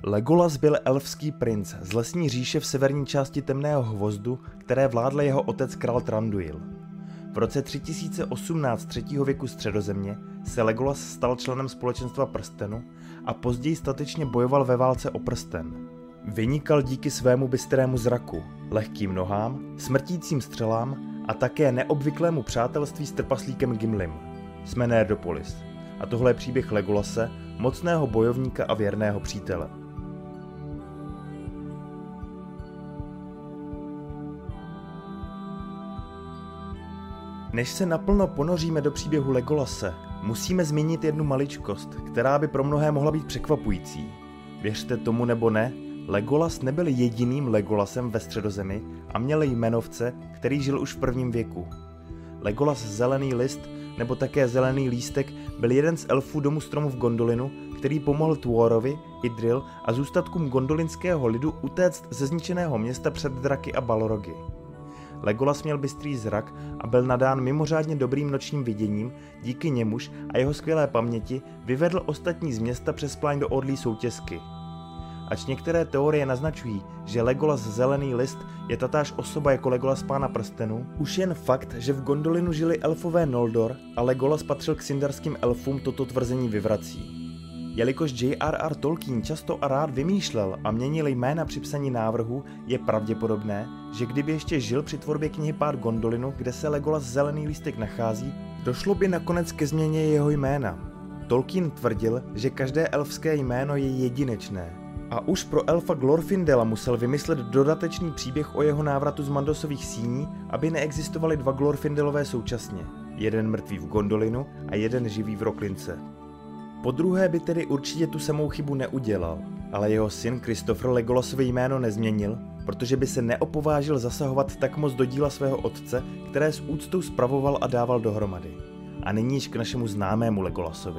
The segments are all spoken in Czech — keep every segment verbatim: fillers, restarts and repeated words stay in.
Legolas byl elfský princ z lesní říše v severní části Temného hvozdu, které vládl jeho otec král Thranduil. V roce tři tisíce osmnáct třetího věku Středozemě se Legolas stal členem společenstva prstenu a později statečně bojoval ve válce o prsten. Vynikal díky svému bystrému zraku, lehkým nohám, smrtícím střelám a také neobvyklému přátelství s trpaslíkem Gimlim. Jsme Nerdopolis a tohle je příběh Legolase, mocného bojovníka a věrného přítele. Než se naplno ponoříme do příběhu Legolase, musíme zmínit jednu maličkost, která by pro mnohé mohla být překvapující. Věřte tomu nebo ne, Legolas nebyl jediným Legolasem ve Středozemi a měl jmenovce, který žil už v prvním věku. Legolas Zelený list, nebo také Zelený lístek, byl jeden z elfů domu stromu v Gondolinu, který pomohl Tuorovi, Idril a zůstatkům gondolinského lidu utéct ze zničeného města před draky a balrogy. Legolas měl bystrý zrak a byl nadán mimořádně dobrým nočním viděním, díky němuž a jeho skvělé paměti vyvedl ostatní z města přes pláň do Orlí soutěsky. Ač některé teorie naznačují, že Legolas Zelený list je tatáž osoba jako Legolas Pána prstenů, už jen fakt, že v Gondolinu žili elfové Noldor a Legolas patřil k sindarským elfům, toto tvrzení vyvrací. Jelikož J R R Tolkien často a rád vymýšlel a měnil jména při psaní návrhu, je pravděpodobné, že kdyby ještě žil při tvorbě knihy Pád Gondolinu, kde se Legolas Zelený lístek nachází, došlo by nakonec ke změně jeho jména. Tolkien tvrdil, že každé elfské jméno je jedinečné. A už pro elfa Glorfindela musel vymyslet dodatečný příběh o jeho návratu z Mandosových síní, aby neexistovaly dva Glorfindelové současně. Jeden mrtvý v Gondolinu a jeden živý v Roklince. Podruhé by tedy určitě tu samou chybu neudělal, ale jeho syn Christopher Legolasovi jméno nezměnil, protože by se neopovážil zasahovat tak moc do díla svého otce, které s úctou spravoval a dával dohromady. A nyní již k našemu známému Legolasovi.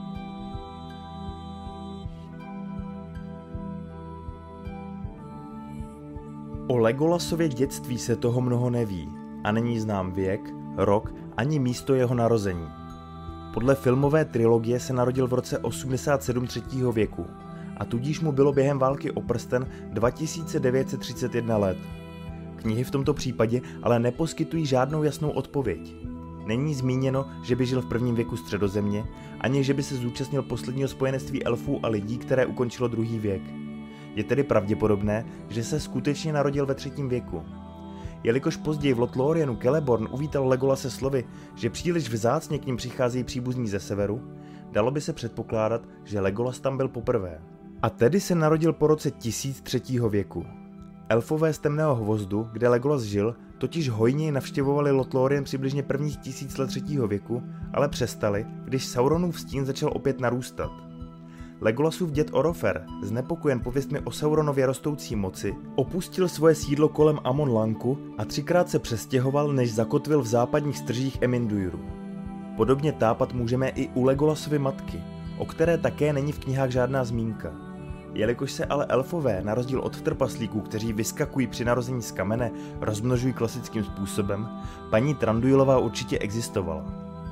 O Legolasově dětství se toho mnoho neví a není znám věk, rok ani místo jeho narození. Podle filmové trilogie se narodil v roce osmdesát sedm třetího věku a tudíž mu bylo během války o prsten dva tisíce devět set třicet jedna let. Knihy v tomto případě ale neposkytují žádnou jasnou odpověď. Není zmíněno, že by žil v prvním věku Středozemě, ani že by se zúčastnil posledního spojenectví elfů a lidí, které ukončilo druhý věk. Je tedy pravděpodobné, že se skutečně narodil ve třetím věku. Jelikož později v Lothlórienu Celeborn uvítal Legolase slovy, že příliš vzácně k ním přicházejí příbuzní ze severu, dalo by se předpokládat, že Legolas tam byl poprvé. A tedy se narodil po roce tisíc třetího věku. Elfové z Temného hvozdu, kde Legolas žil, totiž hojněji navštěvovali Lothlórien přibližně prvních tisíc let třetího věku, ale přestali, když Sauronův stín začal opět narůstat. Legolasův děd Orofer, znepokojen pověstmi o Sauronově rostoucí moci, opustil svoje sídlo kolem Amon Lanku a třikrát se přestěhoval, než zakotvil v západních stržích Eminduiru. Podobně tápat můžeme i u Legolasovy matky, o které také není v knihách žádná zmínka. Jelikož se ale elfové, na rozdíl od trpaslíků, kteří vyskakují při narození z kamene, rozmnožují klasickým způsobem, paní Thranduilová určitě existovala.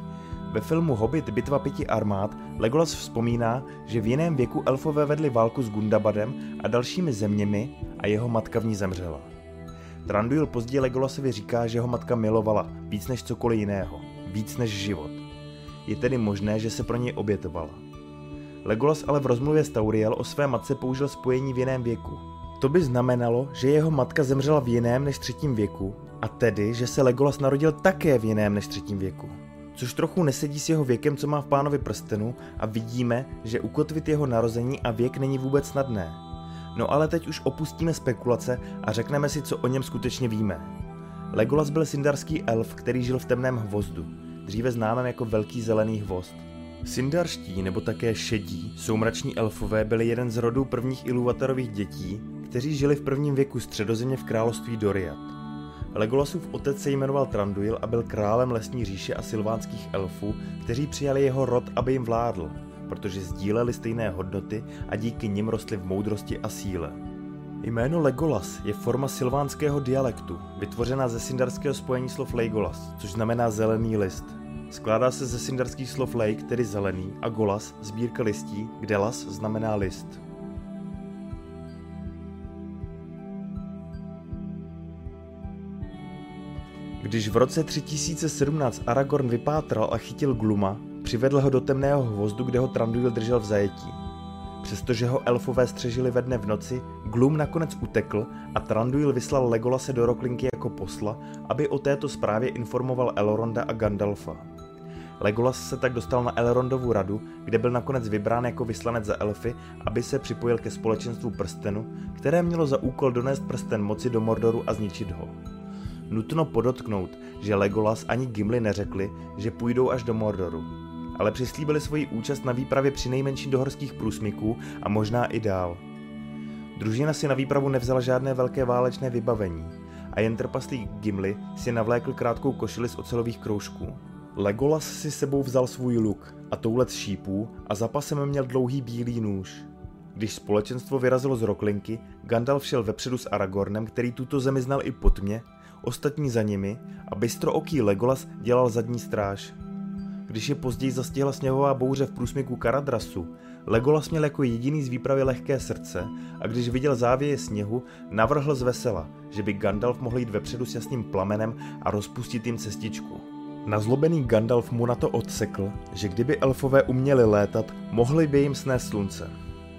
Ve filmu Hobbit Bitva pěti armád Legolas vzpomíná, že v jiném věku elfové vedli válku s Gundabadem a dalšími zeměmi a jeho matka v ní zemřela. Thranduil později Legolasovi říká, že ho matka milovala víc než cokoliv jiného, víc než život. Je tedy možné, že se pro něj obětovala. Legolas ale v rozmluvě s Tauriel o své matce použil spojení v jiném věku. To by znamenalo, že jeho matka zemřela v jiném než třetím věku, a tedy, že se Legolas narodil také v jiném než třetím věku. Což trochu nesedí s jeho věkem, co má v Pánovi prstenu, a vidíme, že ukotvit jeho narození a věk není vůbec snadné. No ale teď už opustíme spekulace a řekneme si, co o něm skutečně víme. Legolas byl sindarský elf, který žil v Temném hvozdu, dříve známém jako Velký zelený hvozd. Sindarští, nebo také šedí, soumrační elfové byli jeden z rodů prvních Ilúvatarových dětí, kteří žili v prvním věku Středozemě v království Doriath. Legolasův otec se jmenoval Thranduil a byl králem lesní říše a silvánských elfů, kteří přijali jeho rod, aby jim vládl, protože sdíleli stejné hodnoty a díky nim rostli v moudrosti a síle. Jméno Legolas je forma silvánského dialektu, vytvořená ze sindarského spojení slov Legolas, což znamená zelený list. Skládá se ze sindarských slov lake, tedy zelený, a golas, sbírka listí, kde las znamená list. Když v roce tři tisíce sedmnáct Aragorn vypátral a chytil Gluma, přivedl ho do temného hvozdu, kde ho Thranduil držel v zajetí. Přestože ho elfové střežili ve dne v noci, Glum nakonec utekl a Thranduil vyslal Legolase do Roklinky jako posla, aby o této zprávě informoval Elronda a Gandalfa. Legolas se tak dostal na Elrondovu radu, kde byl nakonec vybrán jako vyslanec za elfy, aby se připojil ke společenstvu prstenu, které mělo za úkol donést prsten moci do Mordoru a zničit ho. Nutno podotknout, že Legolas ani Gimli neřekli, že půjdou až do Mordoru, ale přislíbili svoji účast na výpravě přinejmenším do horských průsmyků a možná i dál. Družina si na výpravu nevzala žádné velké válečné vybavení a jen trpaslík Gimli si navlékl krátkou košili z ocelových kroužků. Legolas si sebou vzal svůj luk a toulet šípů a za pasem měl dlouhý bílý nůž. Když společenstvo vyrazilo z Roklinky, Gandalf šel vepředu s Aragornem, který tuto zemi znal i po tmě, ostatní za nimi a bystrooký Legolas dělal zadní stráž. Když je později zastihla sněhová bouře v průsmyku Karadrasu, Legolas měl jako jediný z výpravy lehké srdce a když viděl závěje sněhu, navrhl zvesela, že by Gandalf mohl jít vepředu s jasným plamenem a rozpustit jim cestičku. Nazlobený Gandalf mu na to odsekl, že kdyby elfové uměli létat, mohli by jim snést slunce.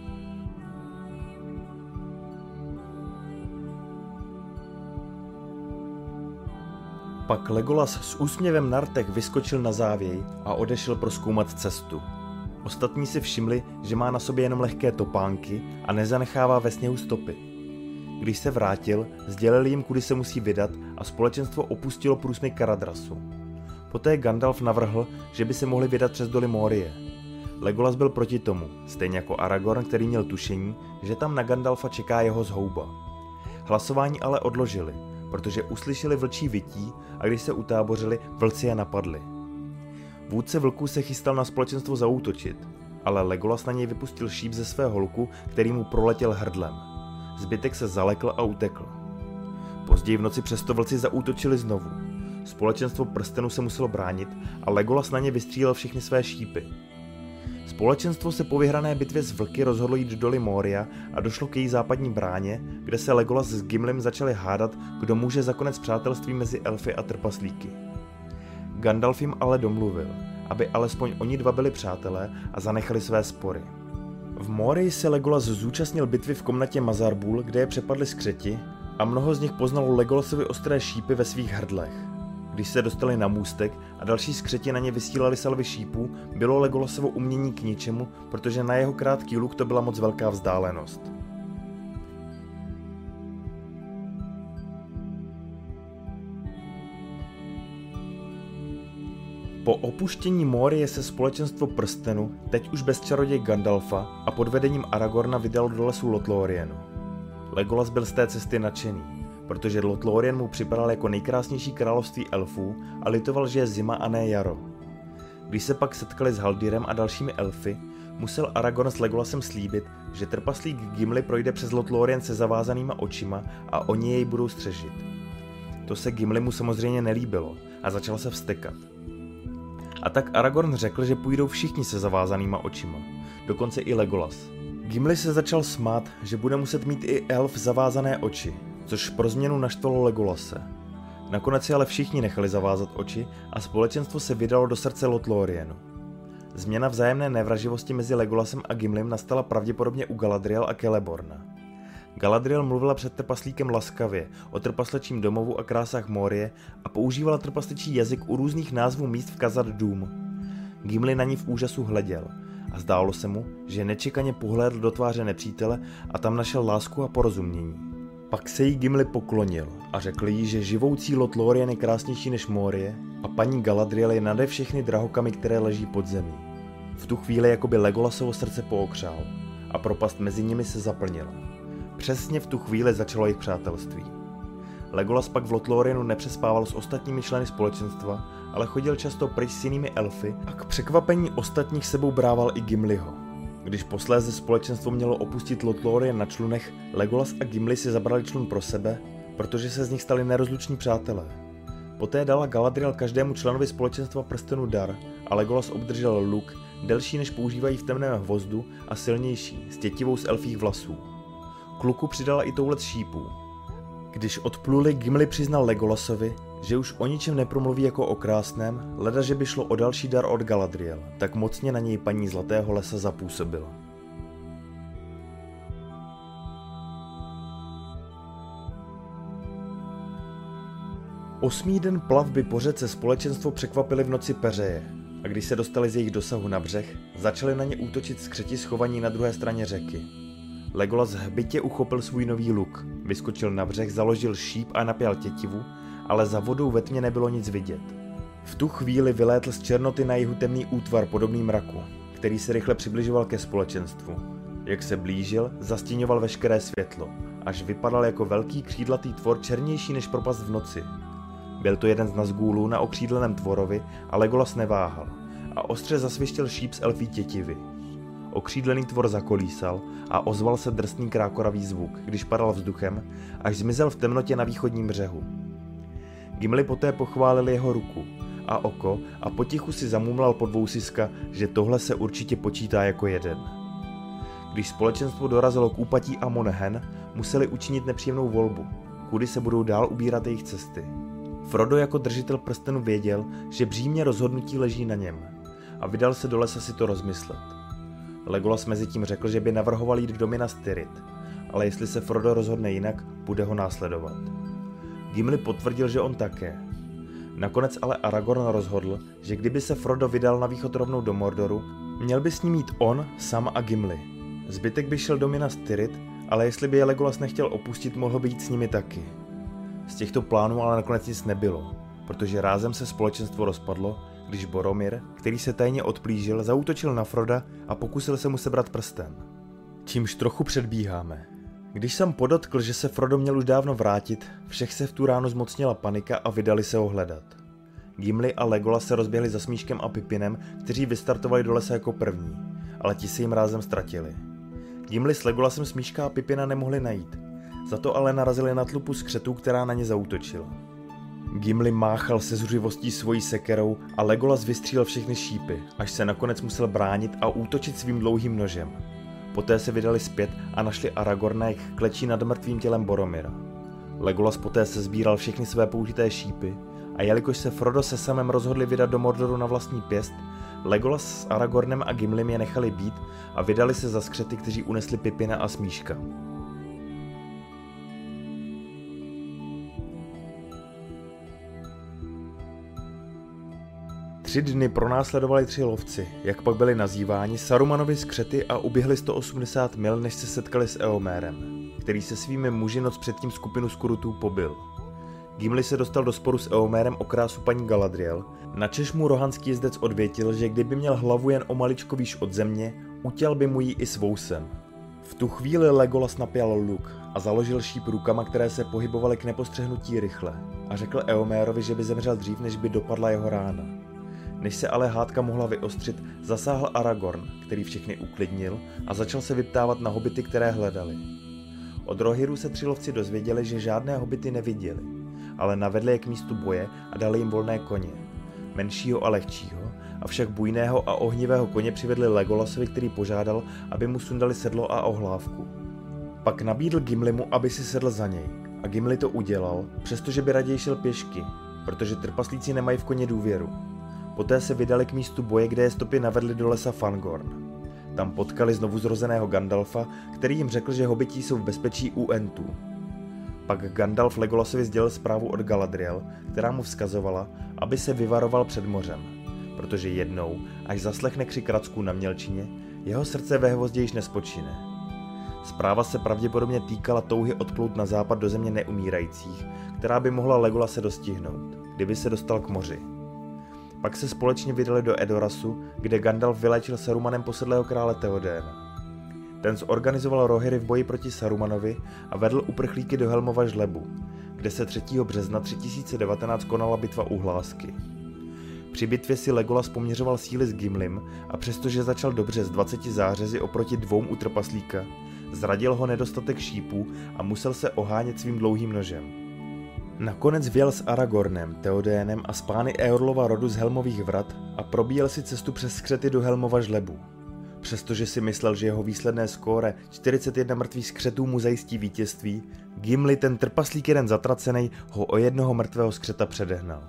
Pak Legolas s úsměvem na rtech vyskočil na závěj a odešel prozkoumat cestu. Ostatní si všimli, že má na sobě jenom lehké topánky a nezanechává ve sněhu stopy. Když se vrátil, sdělili jim, kudy se musí vydat a společenstvo opustilo průsmyk Karadrasu. Poté Gandalf navrhl, že by se mohli vydat přes doly Morie. Legolas byl proti tomu, stejně jako Aragorn, který měl tušení, že tam na Gandalfa čeká jeho zhouba. Hlasování ale odložili, protože uslyšeli vlčí vytí a když se utábořili, vlci je napadli. Vůdce vlků se chystal na společenstvo zaútočit, ale Legolas na něj vypustil šíp ze svého luku, který mu proletěl hrdlem. Zbytek se zalekl a utekl. Později v noci přesto vlci zaútočili znovu. Společenstvo prstenu se muselo bránit a Legolas na ně vystřílel všechny své šípy. Společenstvo se po vyhrané bitvě s vlky rozhodlo jít do doly Moria a došlo k její západní bráně, kde se Legolas s Gimlim začali hádat, kdo může za konec přátelství mezi elfy a trpaslíky. Gandalf jim ale domluvil, aby alespoň oni dva byli přátelé a zanechali své spory. V Morii se Legolas zúčastnil bitvy v komnatě Mazarbul, kde je přepadli skřeti a mnoho z nich poznalo Legolasovi ostré šípy ve svých hrdlech. Když se dostali na můstek a další skřeti na ně vysílali salvy šípů, bylo Legolasovo umění k ničemu, protože na jeho krátký luk to byla moc velká vzdálenost. Po opuštění Morie se společenstvo prstenu, teď už bez čaroděj Gandalfa a pod vedením Aragorna vydalo do lesů Lothlórienu. Legolas byl z té cesty nadšený, protože Lothlórien mu připadal jako nejkrásnější království elfů a litoval, že je zima a ne jaro. Když se pak setkali s Haldirem a dalšími elfy, musel Aragorn s Legolasem slíbit, že trpaslík Gimli projde přes Lothlórien se zavázanýma očima a oni jej budou střežit. To se Gimlimu samozřejmě nelíbilo a začal se vztekat. A tak Aragorn řekl, že půjdou všichni se zavázanýma očima, dokonce i Legolas. Gimli se začal smát, že bude muset mít i elf zavázané oči, což pro změnu naštvalo Legolase. Nakonec si ale všichni nechali zavázat oči a společenstvo se vydalo do srdce Lothlórienu. Změna vzájemné nevraživosti mezi Legolasem a Gimlim nastala pravděpodobně u Galadriel a Celeborna. Galadriel mluvila před trpaslíkem laskavě o trpaslečím domovu a krásách Morie a používala trpaslečí jazyk u různých názvů míst v Khazad-dûm. Gimli na ní v úžasu hleděl a zdálo se mu, že nečekaně pohlédl do tváře nepřítele a tam našel lásku a porozumění. Pak se jí Gimli poklonil a řekl jí, že živoucí Lothlórien je krásnější než Morie a paní Galadriel je nade všechny drahokamy, které leží pod zemí. V tu chvíli jakoby Legolasovo srdce pookřál a propast mezi nimi se zaplnila. Přesně v tu chvíli začalo jejich přátelství. Legolas pak v Lothlórienu nepřespával s ostatními členy společenstva, ale chodil často pryč s jinými elfy a k překvapení ostatních sebou brával i Gimliho. Když posléze společenstvo mělo opustit Lothlórien na člunech, Legolas a Gimli si zabrali člun pro sebe, protože se z nich stali nerozluční přátelé. Poté dala Galadriel každému členovi společenstva prstenu dar a Legolas obdržel luk, delší než používají v temném hvozdu a silnější, s tětivou z elfích vlasů. K luku přidala i toulet šípů. Když odpluli, Gimli přiznal Legolasovi, že už o ničem nepromluví jako o krásném, leda že by šlo o další dar od Galadriel, tak mocně na něj paní Zlatého lesa zapůsobila. Osmý den plavby po řece společenstvo překvapili v noci peřeje a když se dostali z jejich dosahu na břeh, začali na ně útočit skřeti schovaní na druhé straně řeky. Legolas hbitě uchopil svůj nový luk, vyskočil na břeh, založil šíp a napěl tětivu, ale za vodou ve tmě nebylo nic vidět. V tu chvíli vylétl z černoty na jihu temný útvar podobný mraku, který se rychle přibližoval ke společenstvu. Jak se blížil, zastíňoval veškeré světlo, až vypadal jako velký křídlatý tvor černější než propast v noci. Byl to jeden z Nazgûlů na okřídleném tvorovi a Legolas neváhal a ostře zasvištěl šíp z elfí tětivy. Okřídlený tvor zakolísal a ozval se drsný krákoravý zvuk, když padal vzduchem, až zmizel v temnotě na východním břehu. Gimli poté pochválil jeho ruku a oko a potichu si zamumlal pod vousiska, že tohle se určitě počítá jako jeden. Když společenstvo dorazilo k úpatí Amon Hen, museli učinit nepříjemnou volbu, kudy se budou dál ubírat jejich cesty. Frodo jako držitel prstenu věděl, že břímě rozhodnutí leží na něm a vydal se do lesa si to rozmyslet. Legolas mezi tím řekl, že by navrhoval jít do Minas Tirith, ale jestli se Frodo rozhodne jinak, bude ho následovat. Gimli potvrdil, že on také. Nakonec ale Aragorn rozhodl, že kdyby se Frodo vydal na východ rovnou do Mordoru, měl by s ním jít on, Sam a Gimli. Zbytek by šel do Minas Tirith, ale jestli by je Legolas nechtěl opustit, mohl by jít s nimi taky. Z těchto plánů ale nakonec nic nebylo, protože rázem se společenstvo rozpadlo, když Boromir, který se tajně odplížil, zaútočil na Froda a pokusil se mu sebrat prsten. Čímž trochu předbíháme. Když jsem podotkl, že se Frodo měl už dávno vrátit, všech se v tu ránu zmocnila panika a vydali se ho hledat. Gimli a Legolas se rozběhli za Smíškem a Pipinem, kteří vystartovali do lesa jako první, ale ti se jim rázem ztratili. Gimli s Legolasem Smíška a Pipina nemohli najít, za to ale narazili na tlupu skřetů, která na ně zaútočila. Gimli máchal se zuřivostí svojí sekerou a Legolas vystřílel všechny šípy, až se nakonec musel bránit a útočit svým dlouhým nožem. Poté se vydali zpět a našli Aragorna, jak klečí nad mrtvým tělem Boromira. Legolas poté se sbíral všechny své použité šípy a jelikož se Frodo se Samem rozhodli vydat do Mordoru na vlastní pěst, Legolas s Aragornem a Gimlim je nechali být a vydali se za skřety, kteří unesli Pipina a Smíška. Tři dny pronásledovali tři lovci, jak pak byli nazýváni, Sarumanovi skřety a uběhli sto osmdesát mil, než se setkali s Eomérem, který se svými muži noc předtím skupinu skurutů pobil. Gimli se dostal do sporu s Eomérem o krásu paní Galadriel, načež mu rohanský jezdec odvětil, že kdyby měl hlavu jen o maličko výš od země, utěl by mu ji i s vousem. V tu chvíli Legolas napěl luk a založil šíp rukama, které se pohybovaly k nepostřehnutí rychle, a řekl Eomérovi, že by zemřel dřív, než by dopadla jeho rána. Než se ale hádka mohla vyostřit, zasáhl Aragorn, který všechny uklidnil a začal se vyptávat na hobity, které hledali. Od Rohirru se tři lovci dozvěděli, že žádné hobity neviděli, ale navedli je k místu boje a dali jim volné koně. Menšího a lehčího, avšak bujného a ohnivého koně přivedli Legolasovi, který požádal, aby mu sundali sedlo a ohlávku. Pak nabídl Gimlimu, aby si sedl za něj, a Gimli to udělal, přestože by raději šel pěšky, protože trpaslíci nemají v koně důvěru. Poté se vydali k místu boje, kde je stopy navedli do lesa Fangorn. Tam potkali znovu zrozeného Gandalfa, který jim řekl, že hobití jsou v bezpečí u Entů. Pak Gandalf Legolasovi sdělil zprávu od Galadriel, která mu vzkazovala, aby se vyvaroval před mořem, protože jednou, až zaslechne křik racků na mělčině, jeho srdce ve hvozdě již nespočine. Zpráva se pravděpodobně týkala touhy odplout na západ do země neumírajících, která by mohla Legolase dostihnout, kdyby se dostal k moři. Pak se společně vydali do Edorasu, kde Gandalf vyléčil Sarumanem posedlého krále Theodena. Ten zorganizoval Rohirry v boji proti Sarumanovi a vedl uprchlíky do Helmova žlebu, kde se třetího března tři tisíce devatenáct konala bitva u Hlásky. Při bitvě si Legolas poměřoval síly s Gimlim a přestože začal dobře s dvaceti zářezy oproti dvou u trpaslíka, zradil ho nedostatek šípů a musel se ohánět svým dlouhým nožem. Nakonec vjel s Aragornem, Theodenem a s pány Eorlova rodu z Helmových vrat a probíjel si cestu přes skřety do Helmova žlebu. Přestože si myslel, že jeho výsledné skóre čtyřicet jedna mrtvých skřetů mu zajistí vítězství, Gimli, ten trpaslík jeden zatracenej, ho o jednoho mrtvého skřeta předehnal.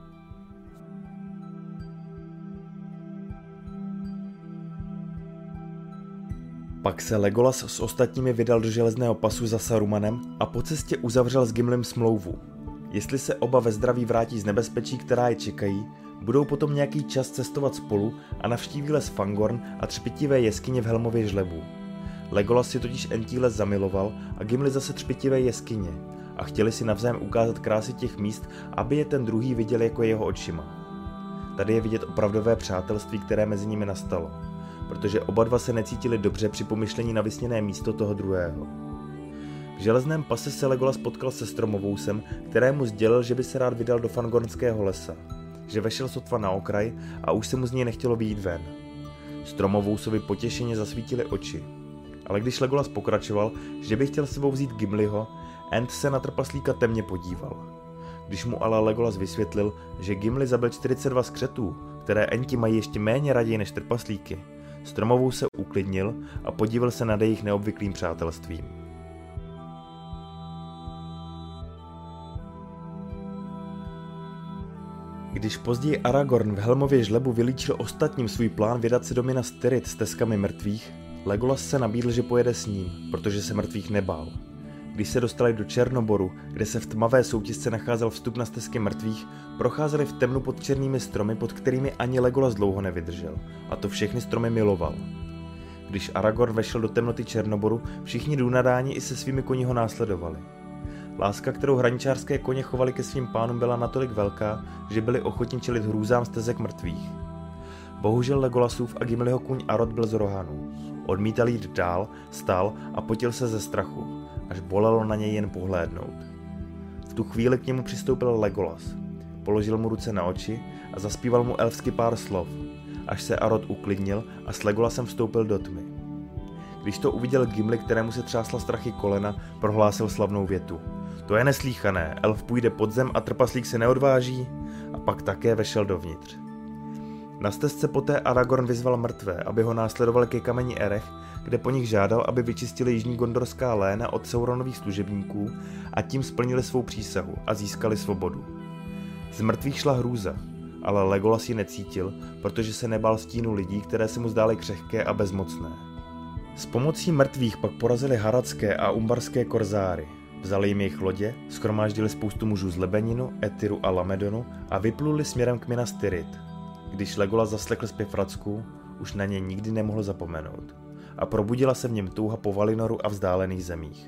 Pak se Legolas s ostatními vydal do železného pasu za Sarumanem a po cestě uzavřel s Gimlim smlouvu. Jestli se oba ve zdraví vrátí z nebezpečí, která je čekají, budou potom nějaký čas cestovat spolu a navštíví les Fangorn a třpitivé jeskyně v Helmově žlebu. Legolas si totiž Entí les zamiloval a Gimli zase třpitivé jeskyně a chtěli si navzájem ukázat krásy těch míst, aby je ten druhý viděl jako jeho očima. Tady je vidět opravdové přátelství, které mezi nimi nastalo, protože oba dva se necítili dobře při pomyšlení na vysněné místo toho druhého. V železném pase se Legolas potkal se Stromovousem, kterému sdělil, že by se rád vydal do Fangornského lesa, že vešel sotva na okraj a už se mu z něj nechtělo vyjít ven. Stromovousovi potěšeně zasvítily oči, ale když Legolas pokračoval, že by chtěl sebou vzít Gimliho, Ent se na trpaslíka temně podíval. Když mu ale Legolas vysvětlil, že Gimli zabil čtyřicet dva skřetů, které Enti mají ještě méně raději než trpaslíky, Stromovous se uklidnil a podíval se nad jejich neobvyklým přátelstvím. Když později Aragorn v Helmově žlebu vylíčil ostatním svůj plán vydat se do Minas Tirith s teskami mrtvých, Legolas se nabídl, že pojede s ním, protože se mrtvých nebál. Když se dostali do Černoboru, kde se v tmavé soutisce nacházel vstup na stezky mrtvých, procházeli v temnu pod černými stromy, pod kterými ani Legolas dlouho nevydržel, a to všechny stromy miloval. Když Aragorn vešel do temnoty Černoboru, všichni Dunadáni i se svými koní ho následovali. Láska, kterou hraničářské koně chovali ke svým pánům, byla natolik velká, že byli ochotni čelit hrůzám stezek mrtvých. Bohužel Legolasův a Gimliho kůň Arod byl z Rohanu. Odmítal jít dál, stál a potil se ze strachu, až bolelo na něj jen pohlédnout. V tu chvíli k němu přistoupil Legolas. Položil mu ruce na oči a zaspíval mu elfsky pár slov, až se Arod uklidnil a s Legolasem vstoupil do tmy. Když to uviděl Gimli, kterému se třásla strachy kolena, prohlásil slavnou větu. To je neslíchané, elf půjde pod zem a trpaslík se neodváží, a pak také vešel dovnitř. Na stezce poté Aragorn vyzval mrtvé, aby ho následovali ke kameni Erech, kde po nich žádal, aby vyčistili jižní gondorská léna od Sauronových služebníků a tím splnili svou přísahu a získali svobodu. Z mrtvých šla hrůza, ale Legolas ji necítil, protože se nebál stínu lidí, které se mu zdály křehké a bezmocné. S pomocí mrtvých pak porazili haradské a umbarské korzáry. Vzali jim jejich lodě, shromáždili spoustu mužů z Lebeninu, Etiru a Lamedonu a vypluli směrem k Minas Tirith. Když Legolas zaslechl zpěv racků, už na ně nikdy nemohl zapomenout. A probudila se v něm touha po Valinoru a vzdálených zemích.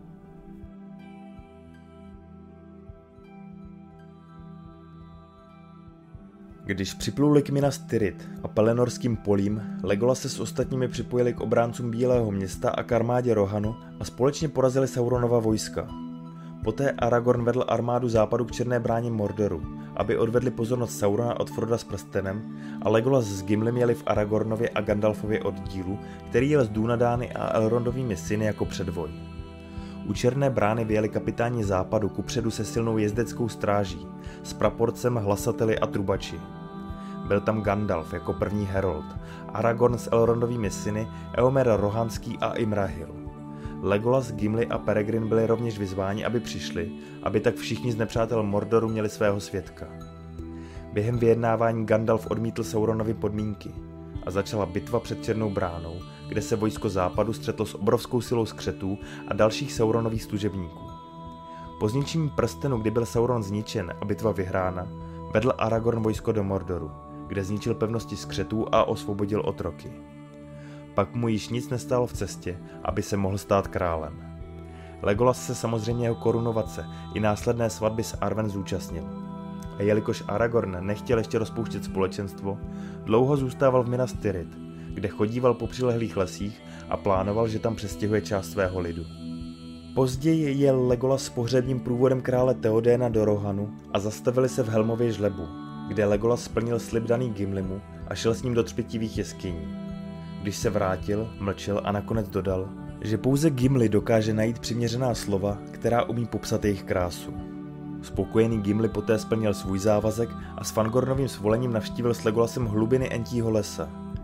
Když připluli k Minas Tirith a Pelenorským polím, Legolas se s ostatními připojili k obráncům Bílého města a k armádě Rohanu a společně porazili Sauronova vojska. Poté Aragorn vedl armádu západu k Černé bráně Mordoru, aby odvedli pozornost Saurona od Froda s prstenem, a Legolas s Gimlim jeli v Aragornově a Gandalfově oddílu, který jel s Dunadány a Elrondovými syny jako předvoj. U Černé brány vyjeli kapitáni západu kupředu se silnou jezdeckou stráží, s praporcem, hlasateli a trubači. Byl tam Gandalf jako první herold, Aragorn s Elrondovými syny, Eomer Rohanský a Imrahil. Legolas, Gimli a Peregrin byli rovněž vyzváni, aby přišli, aby tak všichni z nepřátel Mordoru měli svého svědka. Během vyjednávání Gandalf odmítl Sauronovi podmínky a začala bitva před Černou bránou, kde se vojsko západu střetlo s obrovskou silou skřetů a dalších Sauronových služebníků. Po zničení prstenu, kdy byl Sauron zničen a bitva vyhrána, vedl Aragorn vojsko do Mordoru, kde zničil pevnosti skřetů a osvobodil otroky. Pak mu již nic nestálo v cestě, aby se mohl stát králem. Legolas se samozřejmě jeho korunovace i následné svatby s Arwen zúčastnil. A jelikož Aragorn nechtěl ještě rozpouštět společenstvo, dlouho zůstával v Minas Tirith, kde chodíval po přilehlých lesích a plánoval, že tam přestěhuje část svého lidu. Později jel Legolas s pohřebním průvodem krále Theodena do Rohanu a zastavili se v Helmově žlebu, kde Legolas splnil slib daný Gimlimu a šel s ním do třpitivých jeskyní. Když se vrátil, mlčel a nakonec dodal, že pouze Gimli dokáže najít přiměřená slova, která umí popsat jejich krásu. Spokojený Gimli poté splnil svůj závazek a s Fangornovým svolením navštívil s Legolasem hlubiny Entího lesa,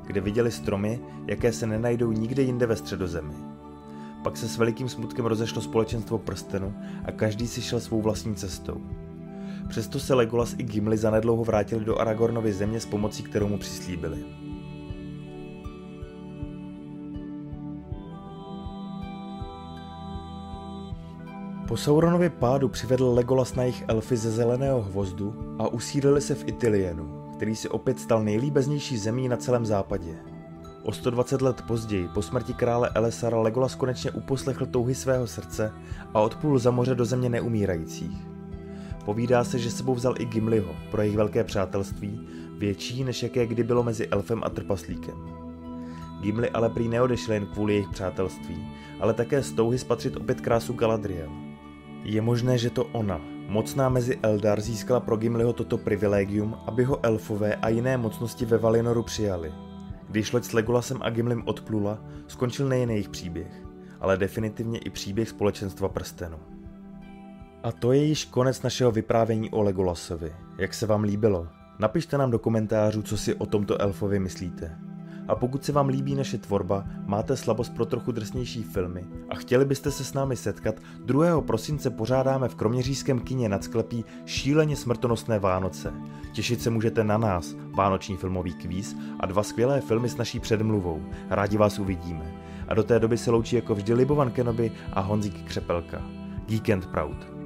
kde viděli stromy, jaké se nenajdou nikde jinde ve Středozemi. Pak se s velikým smutkem rozešlo společenstvo prstenu a každý si šel svou vlastní cestou. Přesto se Legolas i Gimli zanedlouho vrátili do Aragornovy země s pomocí, kterou mu přislíbili. Po Sauronově pádu přivedl Legolas na jich elfy ze Zeleného hvozdu a usídlili se v Ithilienu, který si opět stal nejlíbeznější zemí na celém západě. O sto dvacet let později, po smrti krále Elessara, Legolas konečně uposlechl touhy svého srdce a odplul za moře do země neumírajících. Povídá se, že sebou vzal i Gimliho pro jejich velké přátelství, větší než jaké kdy bylo mezi elfem a trpaslíkem. Gimli ale prý neodešel jen kvůli jejich přátelství, ale také z touhy spatřit opět krásu Galadriel. Je možné, že to ona, mocná mezi Eldar, získala pro Gimliho toto privilegium, aby ho elfové a jiné mocnosti ve Valinoru přijali. Když loď s Legolasem a Gimlim odplula, skončil nejen jejich příběh, ale definitivně i příběh společenstva prstenu. A to je již konec našeho vyprávění o Legolasovi. Jak se vám líbilo? Napište nám do komentářů, co si o tomto elfovi myslíte. A pokud se vám líbí naše tvorba, máte slabost pro trochu drsnější filmy a chtěli byste se s námi setkat, druhého prosince pořádáme v kroměřížském kině nad sklepí šíleně smrtonosné Vánoce. Těšit se můžete na nás, vánoční filmový kvíz a dva skvělé filmy s naší předmluvou. Rádi vás uvidíme. A do té doby se loučí jako vždy Libovan Kenobi a Honzík Křepelka. Geek and Proud.